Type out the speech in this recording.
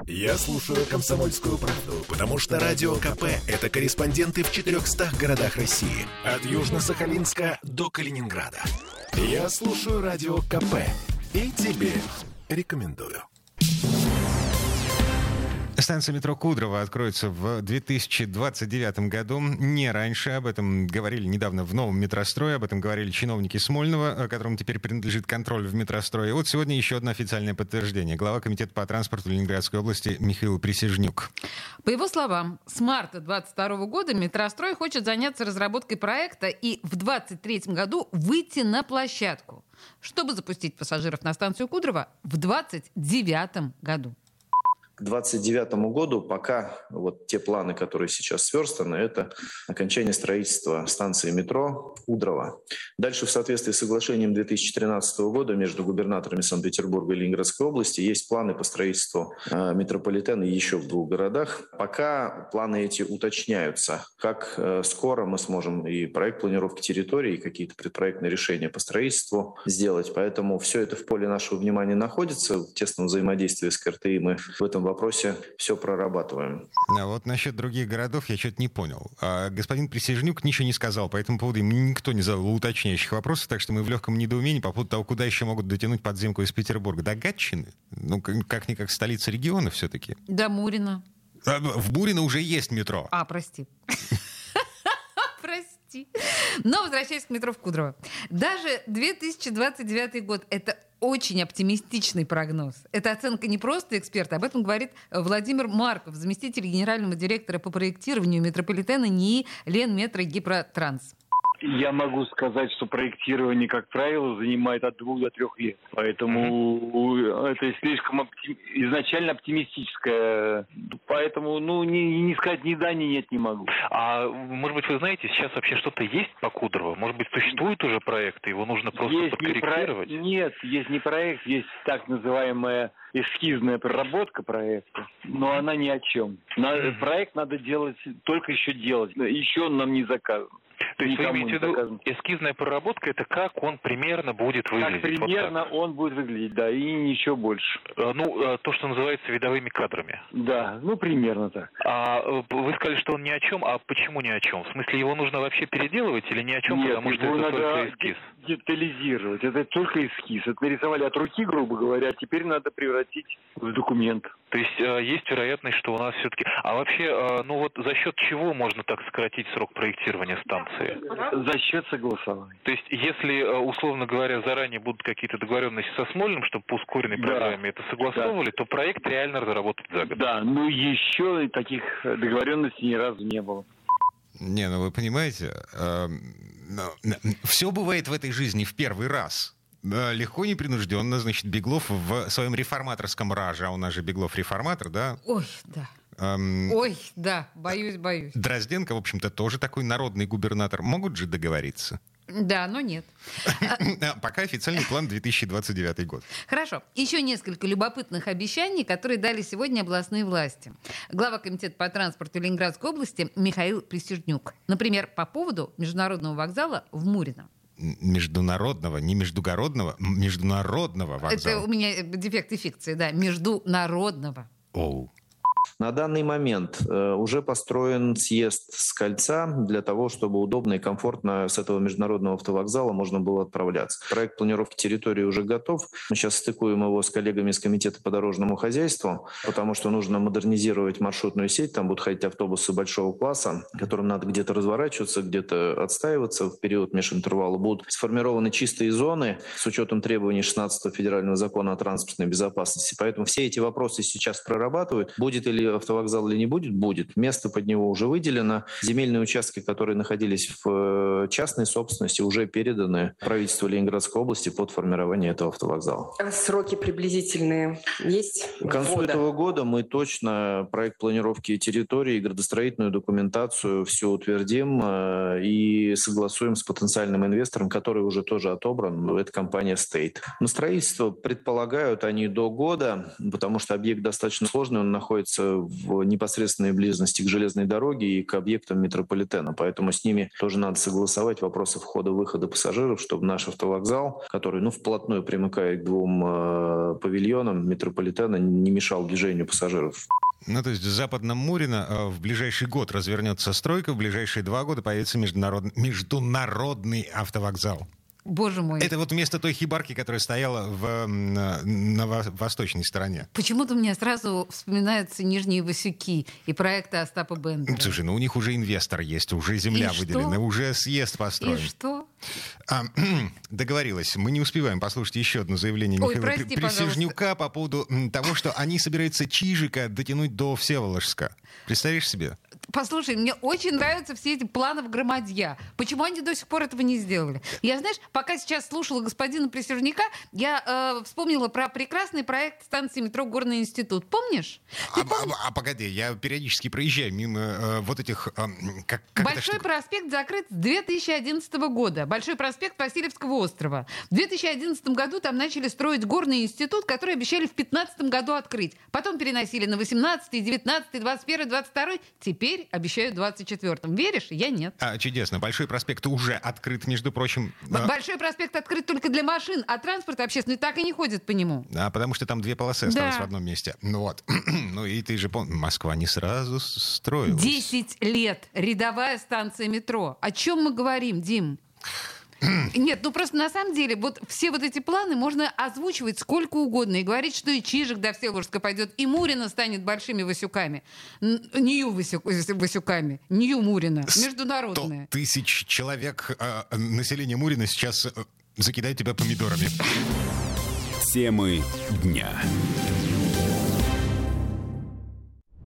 Я слушаю «Комсомольскую правду», потому что Радио КП – это корреспонденты в 400 городах России. От Южно-Сахалинска до Калининграда. Я слушаю Радио КП и тебе рекомендую. Станция метро Кудрово откроется в 2029 году, не раньше. Об этом говорили недавно в новом метрострое, об этом говорили чиновники Смольного, которому теперь принадлежит контроль в метрострое. И вот сегодня еще одно официальное подтверждение. Глава комитета по транспорту Ленинградской области Михаил Присяжнюк. По его словам, с марта 2022 года метрострой хочет заняться разработкой проекта и в 2023 году выйти на площадку, чтобы запустить пассажиров на станцию Кудрово в 2029 году. К 2029 году пока вот те планы, которые сейчас сверстаны, это окончание строительства станции метро Кудрово. Дальше в соответствии с соглашением 2013 года между губернаторами Санкт-Петербурга и Ленинградской области есть планы по строительству метрополитена еще в 2 городах. Пока планы эти уточняются. Как скоро мы сможем и проект планировки территории, и какие-то предпроектные решения по строительству сделать. Поэтому все это в поле нашего внимания находится. В тесном взаимодействии с КРТИ мы в этом вопросе все прорабатываем. А вот насчет других городов я что-то не понял. Господин Присяжнюк ничего не сказал, по этому поводу им никто не задал уточняющих вопросов, так что мы в легком недоумении по поводу того, куда еще могут дотянуть подземку из Петербурга. До Гатчины? Ну, как-никак столица региона все-таки. До Мурино. В Мурино уже есть метро. Прости. Прости. Но возвращаясь к метро в Кудрово. Даже 2029 год — это очень оптимистичный прогноз. Это оценка не просто эксперта. Об этом говорит Владимир Марков, заместитель генерального директора по проектированию метрополитена НИИ Ленметрогипротранс. Я могу сказать, что проектирование, как правило, занимает от 2 до 3 лет. Поэтому это слишком изначально оптимистическое. Поэтому, не сказать ни да, ни нет не могу. А может быть, вы знаете, сейчас вообще что-то есть по Кудрово? Может быть, существует уже проект, и его нужно просто подкорректировать? Нет, есть не проект, есть так называемая эскизная проработка проекта, но она ни о чем. Проект надо делать, только еще делать. Еще он нам не заказан. То есть вы имеете в виду, эскизная проработка — это как он примерно будет выглядеть? Как примерно он будет выглядеть, да, и ничего больше. То, что называется видовыми кадрами. Да, примерно так. Вы сказали, что он ни о чем, а почему ни о чем? В смысле, его нужно вообще переделывать или ни о чем, Нет, потому что это только эскиз? Детализировать. Это только эскиз. Это нарисовали от руки, грубо говоря, а теперь надо превратить в документ. То есть есть вероятность, что у нас все-таки... А вообще, за счет чего можно так сократить срок проектирования станции? За счет согласования. То есть, если, условно говоря, заранее будут какие-то договоренности со Смольным, чтобы по ускоренной программе это согласовывали, то проект реально разработать за год. Да, еще таких договоренностей ни разу не было. Вы понимаете, все бывает в этой жизни в первый раз. Легко, непринужденно, значит, Беглов в своем реформаторском раже, а у нас же Беглов реформатор, да? Ой, да, боюсь. Дрозденко, в общем-то, тоже такой народный губернатор. Могут же договориться? Да, но нет. Пока официальный план 2029 год. Хорошо. Еще несколько любопытных обещаний, которые дали сегодня областные власти. Глава комитета по транспорту Ленинградской области Михаил Присяжнюк. Например, по поводу международного вокзала в Мурино. Международного, не междугородного, международного вокзала. Это у меня дефект фикции, да, международного. На данный момент уже построен съезд с кольца для того, чтобы удобно и комфортно с этого международного автовокзала можно было отправляться. Проект планировки территории уже готов. Мы сейчас стыкуем его с коллегами из комитета по дорожному хозяйству, потому что нужно модернизировать маршрутную сеть. Там будут ходить автобусы большого класса, которым надо где-то разворачиваться, где-то отстаиваться в период межинтервала. Будут сформированы чистые зоны с учетом требований 16-го федерального закона о транспортной безопасности. Поэтому все эти вопросы сейчас прорабатывают. Будет или автовокзал или не будет? Будет. Место под него уже выделено. Земельные участки, которые находились в частной собственности, уже переданы правительству Ленинградской области под формирование этого автовокзала. Сроки приблизительные есть? К концу этого года мы точно проект планировки территории, градостроительную документацию все утвердим и согласуем с потенциальным инвестором, который уже тоже отобран. Это компания State. На строительство предполагают они до года, потому что объект достаточно сложный, он находится находятся в непосредственной близости к железной дороге и к объектам метрополитена. Поэтому с ними тоже надо согласовать вопросы входа-выхода пассажиров, чтобы наш автовокзал, который вплотную примыкает к двум павильонам метрополитена, не мешал движению пассажиров. То есть в Западном Мурино в ближайший год развернется стройка, в ближайшие 2 года появится международный автовокзал. Боже мой. Это вот вместо той хибарки, которая стояла на восточной стороне. Почему-то мне сразу вспоминаются Нижние Васюки и проекты Остапа Бендера. Слушай, у них уже инвестор есть, уже земля выделена, уже съезд построен. И что? Договорилась. Мы не успеваем послушать еще одно заявление Михаила Присяжнюка по поводу того, что они собираются Чижика дотянуть до Всеволожска. Представляешь себе? Послушай, мне очень нравятся все эти планы в громадья. Почему они до сих пор этого не сделали? Я, знаешь, пока сейчас слушала господина Присяжнюка, я вспомнила про прекрасный проект станции метро «Горный институт». Помнишь? Погоди, я периодически проезжаю мимо вот этих... Большой проспект закрыт с 2011 года. Большой проспект Васильевского острова. В 2011 году там начали строить Горный институт, который обещали в 2015 году открыть. Потом переносили на 18-й, 19-й, 21-й, 22-й. Теперь обещают в 24-м. Веришь? Я нет. Чудесно. Большой проспект уже открыт, между прочим. Большой проспект открыт только для машин, а транспорт общественный так и не ходит по нему. Потому что там 2 полосы осталось в одном месте. И ты же помнишь, Москва не сразу строилась. 10 лет рядовая станция метро. О чем мы говорим, Дим? Нет, просто на самом деле вот все вот эти планы можно озвучивать сколько угодно и говорить, что и Чижик до Всеволожска пойдет, и Мурино станет большими Васюками. Васюками. Нью-Мурино. Международное. 100 000 человек населения Мурино сейчас закидает тебя помидорами. Темы дня.